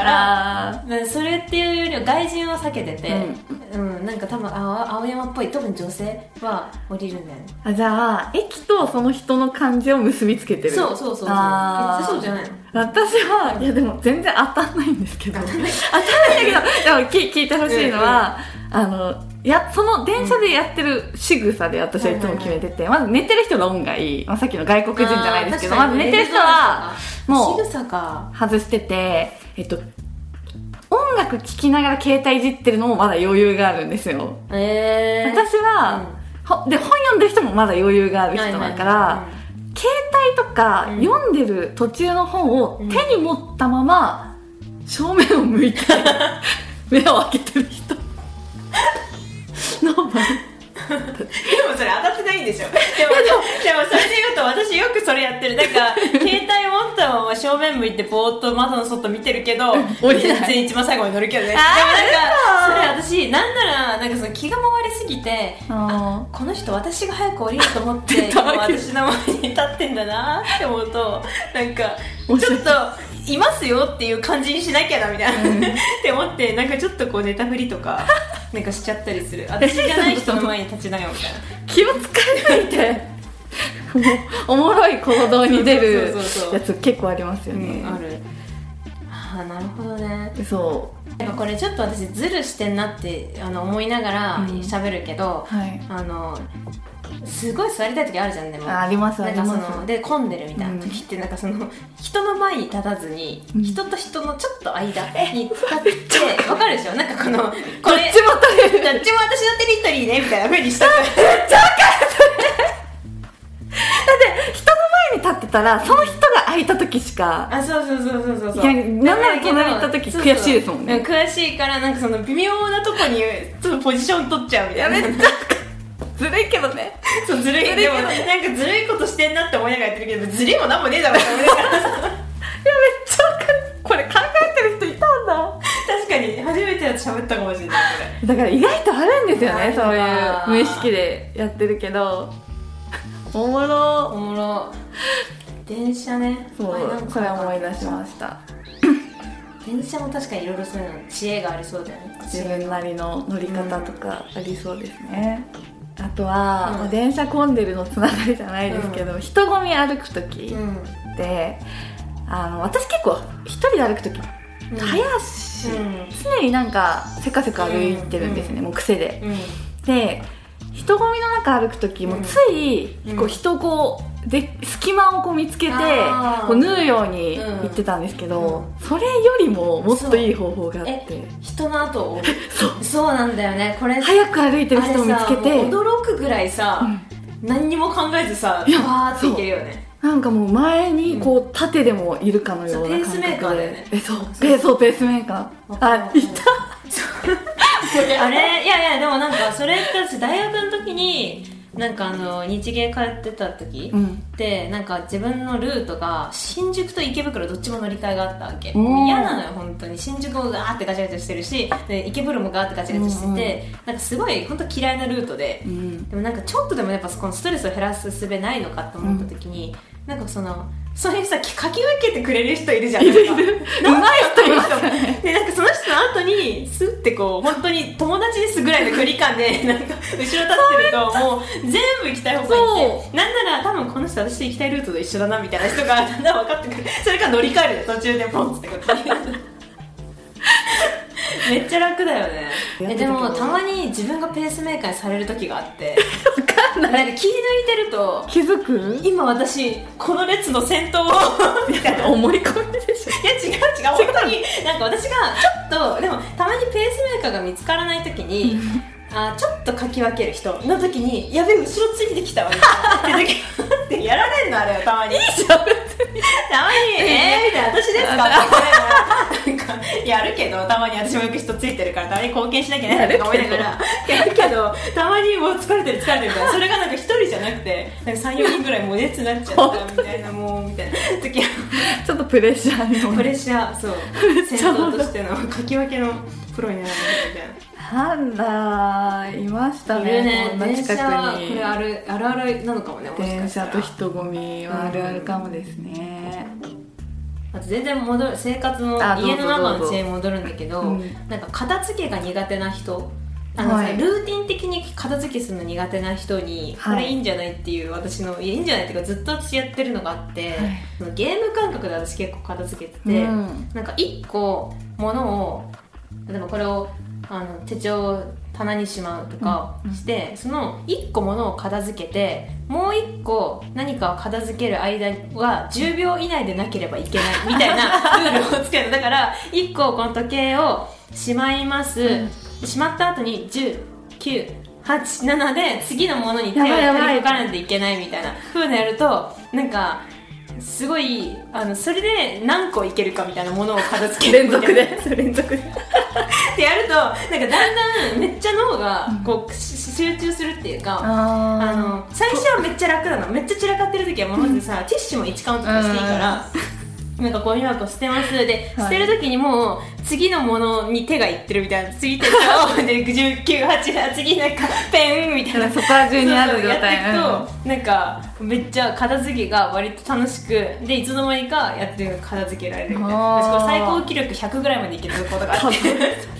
A: それっていうよりは外人は避けてて、なんか多分青山っぽい、特に女性は降りるんだよね。
B: じゃあ駅とその人の感じを結びつけてる。
A: そうそうじゃないの。
B: 私は、いやでも全然当たんないんですけど当たんないけどでも聞いてほしいのは、その電車でやってる仕草で私はいつも決めてて、まず寝てる人の音がいい、さっきの外国人じゃないですけど、まず寝てる人はもう外してて、音楽聴きながら携帯いじってるのもまだ余裕があるんですよ。私は、で本読んでる人もまだ余裕がある人だから、携帯とか読んでる途中の本を手に持ったまま正面を向いて目を開けてる人の場合
A: でもそれ当たってないんでしょ。でもそれで言うと私よくそれやってる。なんか携帯持ったまま正面向いてぼーっと窓の外見てるけど全然一番最後に乗るけどね。でもなんかそれ私なんならなんかその気が回りすぎて、この人私が早く降りると思って今私の前に立ってんだなって思うと、なんかちょっといますよっていう感じにしなきゃなみたいな、って思って、なんかちょっとこうネタ振りとかなんかしちゃったりする。私じゃない人の前に立ちなよみたいな。
B: 気を使えないでおもろい行動に出るやつ結構ありますよね。
A: ある。なるほどね。
B: そう。
A: やっぱこれちょっと私ズルしてんなって思いながら喋るけど、すごい座りたい時あるじゃん。でも
B: ありますあります。
A: で混んでるみたいな時ってなんかその人の前に立たずに、人と人のちょっと間に立ってわかるでしょ。なんかこれどっちも私のテリトリーねみたいな風にしたくめっちゃわかる
B: だって人の前に立ってたらその人が空いた時しか、
A: そう
B: いやなんなら隣に行った時悔しいですもんね。
A: 悔しいからなんかその微妙なとこにちょっとポジション取っちゃうみたいな。
B: めっちゃずるいけどね。
A: そうずるいけど、でもなんかずるいことしてんなって思いながらやってるけど、ずるいもなんもねえだろって思いながらいやめっ
B: ちゃわかる。これ考えてる人いたんだ。
A: 確かに初めて喋ったかもしれないこれ。
B: だから意外とあるんですよね、そういう無意識でやってるけど。おもろ。電車ね。そうそれ思い出しました。
A: 電車も確かにいろいろそういうの知恵がありそうだよね。
B: 自分なりの乗り方とかありそうですね。あとは、電車混んでるのつながりじゃないですけど、人混み歩く時って、私結構一人で歩く時早し、常になんかせかせか歩いてるんですね、もう癖で。で人混みの中歩く時もついこう人で隙間をこう見つけてこう縫うように言ってたんですけど、それよりももっといい方法があって、
A: 人の後をそうなんだよね。これ
B: 早く歩いてる人を見つけて
A: 驚くぐらいさ、何にも考えずさバーっていけるよね。
B: なんかもう前にこう縦でもいるかのような感覚で、
A: ペースメーカーだよね。
B: そうペースメーカーいた
A: あれいやでもなんかそれって私大学の時になんか日芸通ってた時で、なんか自分のルートが新宿と池袋どっちも乗り換えがあったわけ。嫌なのよ本当に。新宿もガーってガチャガチャしてるし、で池袋もガーってガチャガチャしてて、なんかすごい本当嫌いなルートで、でもなんかちょっとでもやっぱこのストレスを減らす術ないのかと思った時に、なんかそういうさ書き分けてくれる人いるじゃん。うまい人いる人で、なんかその人の後にスッてこう本当に友達ですぐらいの距離感でなんか後ろ立ってるともう全部行きたい方向に行って、なんなら多分この人私と行きたいルートと一緒だなみたいな人がだんだん分かってくる。それから乗り換えるで途中でポンってこうめっちゃ楽だよね。でもたまに自分がペースメーカーにされる時があってなんか気抜いてると
B: 気づく？
A: 今私この列の先頭をみたいな
B: 思い込みでしょ。
A: いや違う本当になんか私がちょっとでもたまにペースメーカーが見つからない時にちょっとかき分ける人の時にやべえ後ろついてきたわみたいな時ってやられんのあれたまに。いいじゃん別に。たまにみたいな、私ですかってなんかやるけど、たまに私もよく人ついてるからたまに貢献しなきゃいけないとか思いながらやるけど、たまにもう疲れてるみたいな。それがなんか一人じゃなくてなんか 3,4 人ぐらいもう熱なっちゃったみたいな、もうみたいな時は
B: ちょっとプレッシャーに
A: プレッシャー、そう戦闘としての書き分けのプロにならないみたいな。
B: なんだ、いましたね。
A: 電車はこれあるあるなのかもね。もしか
B: 電
A: したら
B: 車と人混みはあるあるかもですね。
A: あと全然生活の家の中の知恵に戻るんだけど、なんか片付けが苦手な人、ルーティン的に片付けするの苦手な人にこれいいんじゃないっていう、私のいいんじゃないっていうかずっと私やってるのがあって、ゲーム感覚で私結構片付けてて、なんか1個物を、例えばこれを手帳を棚にしまうとかして、その1個物を片付けて、もう1個何かを片付ける間は10秒以内でなければいけないみたいなルールをつける。だから1個この時計をしまいます、しまった後に10、9、8、7で次のものに手を取りかかないといけないみたいな風にやると、なんかすごいそれで何個いけるかみたいなものを片付ける
B: 連続で
A: ってやると、なんかだんだんめっちゃ脳がこう集中するっていうか、最初はめっちゃ楽なの。めっちゃ散らかってる時はまずさ、ティッシュも1カウントとしていいから、なんかゴミ箱捨てますで、捨てる時にもう次のものに手がいってるみたいな、次手帳で19、8、次なんかペンみたいな、
B: そこら中にある状態
A: やっていくと、なんかめっちゃ片付けが割と楽しくで、いつの間にかやってる片付けられるみたいな。私これ最高記録100ぐらいまでいけることがあって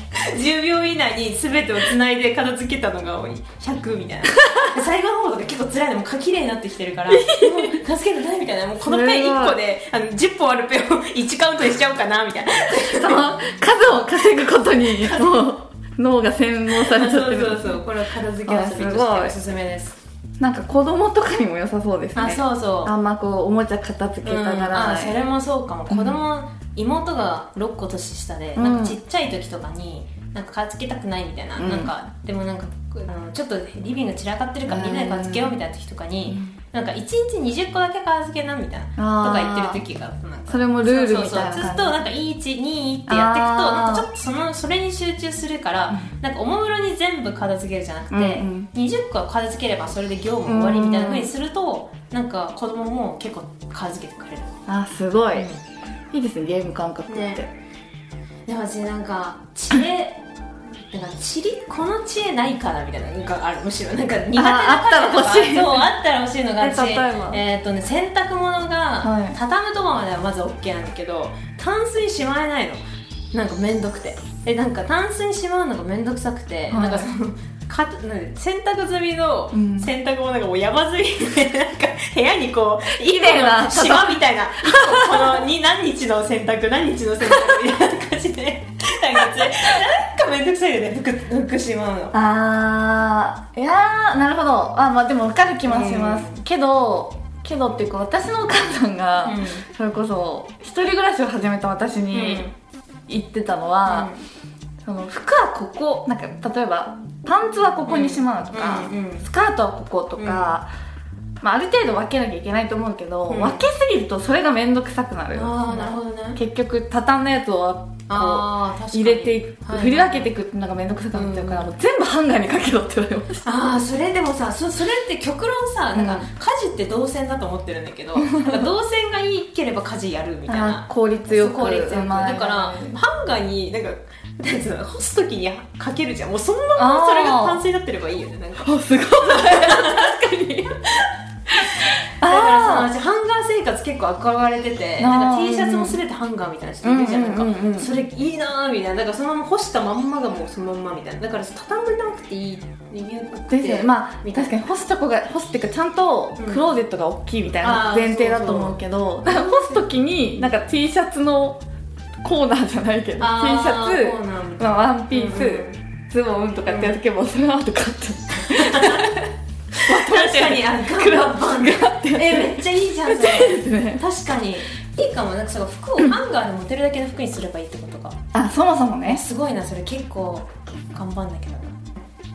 A: 10秒以内に全てをつないで片付けたのが100みたいな。最後の方とか結構辛いのも綺麗になってきてるからもう片付けてないみたいな、もうこのペン1個で10本あるペンを1カウントにしちゃおうかなみたいな。
B: その数を稼ぐことにもう脳が洗脳されちゃってる。
A: そうこれは片付け遊びとしておすすめです。
B: なんか子供とかにも良さそうですね。
A: そう
B: あんまこうおもちゃ片付けたがらない。
A: それもそうかも。子供、妹が6個年下で、なんかちっちゃい時とかになんか片付けたくないみたいな、なんかでもなんかちょっとリビング散らかってるからみんなで片付けようみたいな時とかに、なんか1日20個だけ片付けなみたいなとか言ってる時があって、なんか
B: それもルールみたいな感じ。
A: そうするとなんか1、2ってやっていくと、なんかちょっとそれに集中するから、なんかおもむろに全部片付けるじゃなくて、20個は片付ければそれで業務終わりみたいな風にすると、なんか子供も結構片付けてくれる。
B: すごい、いいですね、ゲーム感覚って。
A: でも私なんか知恵なんかこの知恵ないかなみたいなのがある。むしろなんか苦手な
B: あったら欲しい。
A: そう、あったら欲しいのが私
B: 例えば
A: 洗濯物が畳むとこまではまず OK なんだけど、タンスにしまえないの。なんかめんどくて、なんかタンスにしまうのがめんどくさくて、なんかその洗濯済みの洗濯物がもう山積みで、なんか部屋にこう一個の島みたいな、この何日の洗濯何日の洗濯みたいな感じでなんかめんどくさいよね、服しまうの。
B: いやなるほど。まあでも分かる気もします、けどっていうか、私のお母さんがそれこそ一人暮らしを始めた私に言ってたのは、その服はここ、なんか例えばパンツはここにしまうとか、スカートはこことか、ある程度分けなきゃいけないと思うけど、分けすぎるとそれが面倒くさくなる。
A: なるほどね。
B: 結局畳んだやつをこう入れていく、振り分けていくっていうのが面倒くさくなっちゃうから、もう全部ハンガーにかけろって言われました。
A: それでもさ、それって極論さ、なんか家事って動線だと思ってるんだけど、なんか動線がいいければ家事やるみたいな。
B: 効率よく。
A: だからハンガーになんか干す時にかけるじゃん。もうそのままそれがタンスになってればいいよね。なんか
B: すごい確かに
A: だからさ、私ハンガー生活結構憧れてて、なんか T シャツも全てハンガーみたいな人いるじゃん。なんかそれいいなーみたいな。だからそのまま干したまんまがもうそのままみたいな。だから畳まなくていい
B: ですよね。確かに干すっていうか、ちゃんとクローゼットが大きいみたいな前提だと思うけど、干す時になんか T シャツのコーナーじゃないけど、T シャツ、ワンピース、ズボンとかってやってけば、それは後買っちゃって
A: 確かに
B: クラッバンがって
A: めっちゃいいじゃんそれ。
B: ですね、
A: 確かにいいかも。なんかその服をハンガーで持てるだけの服にすればいいってことか。
B: そもそもね、
A: すごいな、それ結構頑張んなきゃな。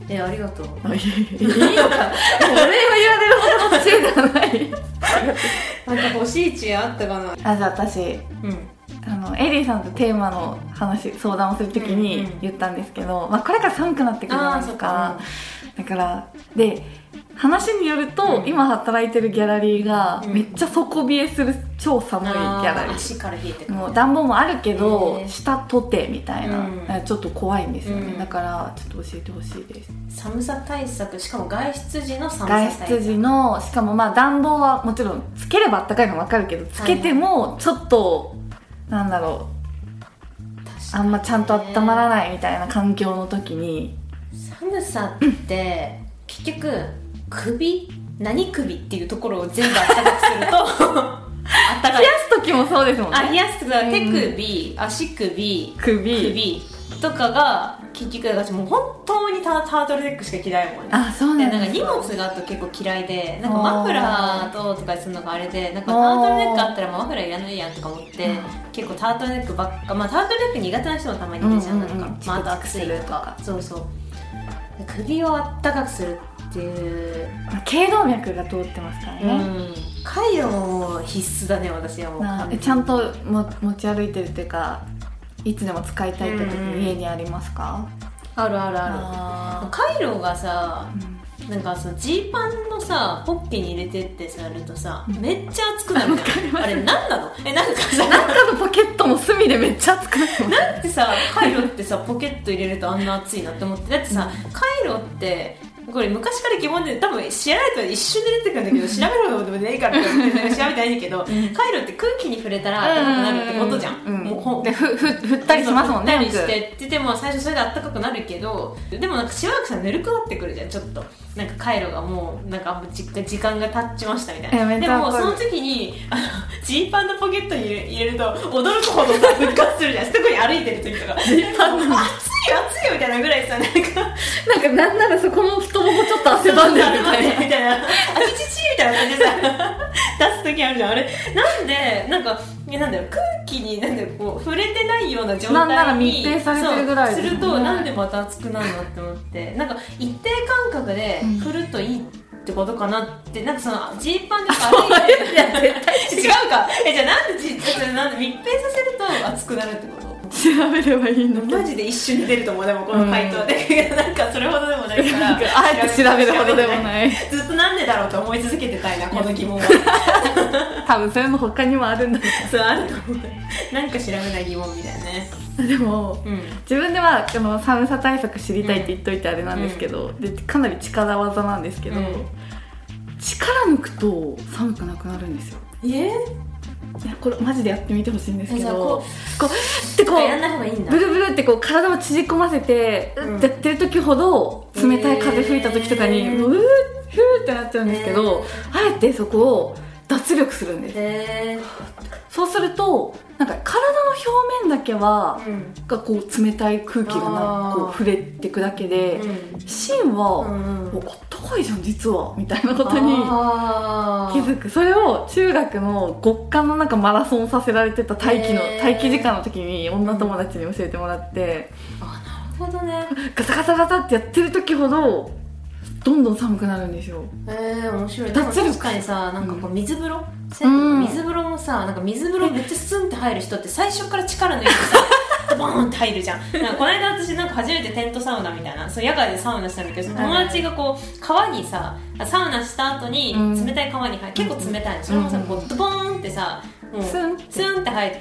A: ありがとう。
B: いいのか。俺は言われるほどの知恵ではない。
A: なんか欲しい知恵あったかな。
B: じゃあ私、エリーさんとテーマの相談をするときに言ったんですけど、これから寒くなってくるじゃないですか。だからで話によると、今働いてるギャラリーがめっちゃ底冷えする超寒いギャラリー、
A: 足から冷えてくる。
B: もう暖房もあるけど下とてみたいな、ちょっと怖いんですよね、だからちょっと教えてほしいです。
A: 寒さ対策、しかも外出時の寒さ対策。
B: 外出時の、しかも暖房はもちろんつければ暖かいの分かるけど、つけてもちょっと、なんだろう、あんまちゃんと温まらないみたいな環境の時に。
A: 寒さって結局何首っていうところを全部暖かくするとあったかい。
B: 冷やす時もそうですもんね。
A: 冷やす時は手首、足首とかが結局もう本当にタートルネックしか着ないもんね。
B: そうなんです。
A: なんか荷物があると結構嫌いで、なんかマフラーとかするのがあれで、なんかタートルネックあったらマフラーいらないやんとか思って、結構タートルネックばっか、タートルネック苦手な人もたまにいるじゃん、なんかあと暑いとか、そう首をあったかくするっていう。
B: 頸動脈が通ってますからね。
A: カイロも必須だね、私はもう。
B: ちゃんと持ち歩いてるっていうか、いつでも使いたいって時に家にありますか？
A: ある。カイロがさ、なんかジーパンのさポッケに入れてってさやるとさ、めっちゃ熱くなるじゃん。あれ何なの？
B: なんかのポケットの隅でめっちゃ熱くなる。
A: なんてさ、カイロってさポケット入れるとあんな熱いなって思って。だってさ、カイロってこれ昔から疑問で、多分知らないと一瞬で出てくるんだけど、調べるほどでもねえからって調べてないんだけど、カイロって空気に触れたら暖かくなるってことじゃん。もう
B: で振ったりしますもんね。
A: 振ったりしてでも最初それで暖かくなるけど、でもなんかしばらくさぬるくなってくるじゃん、ちょっと。なんかカイロがもうなんか時間が経ちましたみたいな。でもその時にジーパンのポケットに入れると驚くほどさ復活するじゃん。特に歩いてる時とかジーパンの暑いよみたいなぐらいさ、
B: なんならそこの太ももちょっと汗ばんでるみたいな
A: あちちちみたいな感じでさ出す時あるじゃん。あれなんでなんだろう、空気にこう触れてないような状態に
B: なんなら密閉されてるぐらいですね。
A: するとなんでまた熱くなるのって思って、なんか一定間隔で振るといいってことかなって、なんかそのジーパンで歩いてる違うか。じゃあなんで密閉させると熱くなるってこと？
B: 調べればいいの？
A: マジで一瞬に出ると思う。でもこの回答で、なんかそれほどでもないから
B: あえて調べるほどでもない。
A: ずっとなんでだろうと思い続けてたいな、この疑問は。
B: 多分それも他にもあるんだろう。
A: そうあると思う。なんか調べない疑問みたいなね。
B: でも、自分ではこの寒さ対策知りたいって言っといてあれなんですけど、でかなり力技なんですけど、力抜くと寒くなくなるんですよ。これマジでやってみてほしいんですけど、こうってこう
A: やんない方がいいんだ。
B: ブルブルってこう体を縮こませて、やってる時ほど冷たい風吹いた時とかにうーふーってなっちゃうんですけど、あえてそこを脱力するんです。そうするとなんか体の表面だけは、がこう冷たい空気がこう触れていくだけで、芯は、あったかいじゃん実はみたいなことに気づく。それを中学の極寒の中マラソンさせられてた待機時間の時に女友達に教えてもらって、
A: なるほどね。
B: ガタガタガタってやってる時ほどどんどん寒くなるんですよ。
A: 面白い。でも確かにさ、なんかこう水風呂、水風呂もさ、なんか水風呂めっちゃスンって入る人って最初から力抜いてさボーンって入るじゃん。なんかこの間私なんか初めてテントサウナみたいな、そう野外でサウナしたんだけど、友達がこう川にさ、サウナした後に冷たい川に入る、結構冷たいの。それもさこうドボーンってさ、スンって入って、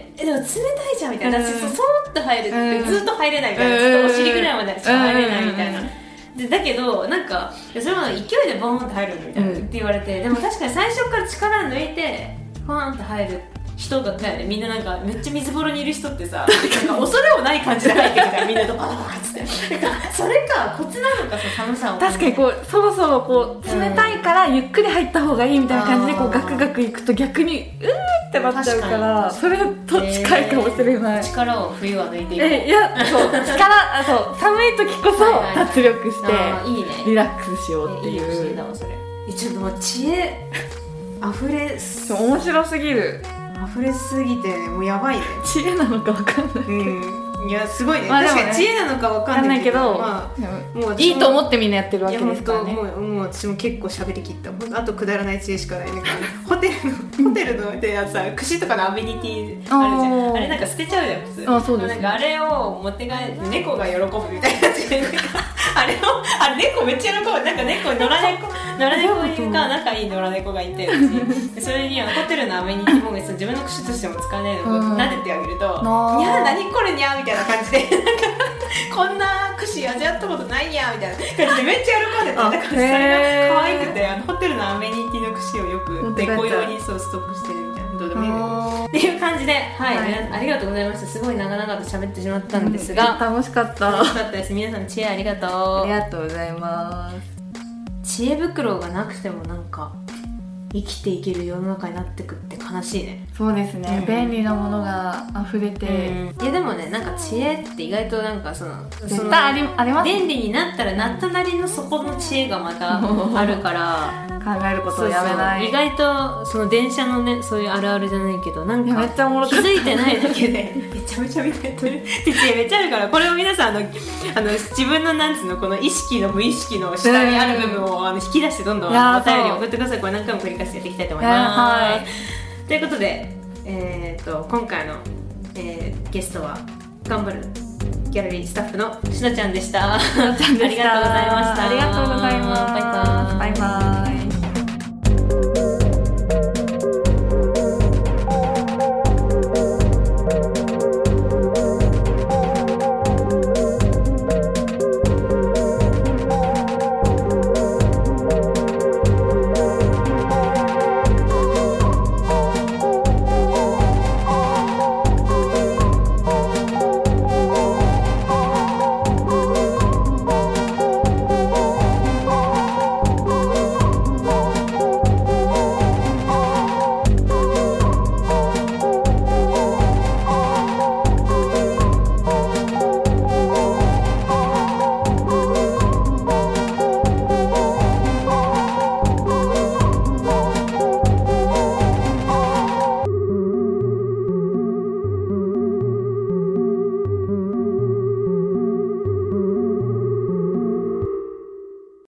A: でも冷たいじゃんみたいな。私そーって入るってずっと入れないみたいな、ずっとお尻ぐらいまでしか入れないみたいな。だけどなんかそれも勢いでボーンって入るのみたいなって言われて、でも確かに最初から力抜いてボーンって入る人がね、みんななんかめっちゃ水風呂にいる人ってさ、なんか恐れもない感じで入ってくるからみんなとバタバタっつって、それかコツなのかさ、寒さを
B: 確かにこうそろそろこう冷たいからゆっくり入った方がいいみたいな感じでこうガクガクいくと逆にってなっちゃうから、それと近いかもしれない。
A: 力を冬は抜いていこう。
B: いやそうそう寒い時こそ脱力してリラックスしようっていう。
A: いい不思議だわそれ。ちょっともう知恵溢れ
B: 面白すぎる。
A: 溢れすぎてもうやばいね。
B: 知恵なのか分かんないけど、
A: いやすごいね、
B: まあ、
A: 確かに知恵なのかわかんないけど、
B: まあ、もういいと思ってみんなやってるわけですからね。
A: もう私も結構喋りきった。あとくだらない知恵しかないね。ホテルのでさ、串とかのアメニティあるじゃん。あれなんか捨てちゃうじゃん普通。
B: あ、そうですね。
A: なんかあれを持って帰って猫が喜ぶみたいな感じで、あれ猫めっちゃ喜ぶ。なんか野良猫いうか仲いい野良猫がいて、それにホテルのアメニティも別に自分の串としても使わないのを撫でてあげると、にゃー何これにゃーみたいな感じで、なんかこんな串味わったことないにゃーみたいな感じでめっちゃ喜んでて、だからそれが可愛くて、ホテルのアメニティの串をよくデコ用にストックしてるみたいな。どうでもいいねっていう感じで、はい、ありがとうございました。すごい長々と喋ってしまったんですが、
B: 楽しかった
A: です。皆さん知恵ありがとう。
B: ありがとうございます。
A: 知恵袋がなくてもなんか生きていける世の中になってくって悲しいね。
B: そうですね、便利なものが溢れて、
A: いやでもね、なんか知恵って意外となんか絶
B: 対ありますね。
A: 便利になったらなったなりのそこの知恵がまたあるから
B: 考えることをやめない。
A: 意外とその電車のね、そういうあるあるじゃないけど、なんか
B: めっちゃおもろかった。
A: 気づいてないだけでめちゃめちゃ見てる知恵めっちゃあるから、これを皆さん自分のなんつうの、この意識の無意識の下にある部分を引き出してどんどんお便りを送ってください。これ何回も繰り返してやっていきたいと思います。ということで、今回の、ゲストは頑張るギャラリースタッフのしのちゃんでした。ありがとうございました。
B: ありがとうございます。バイバイ。バイバイ。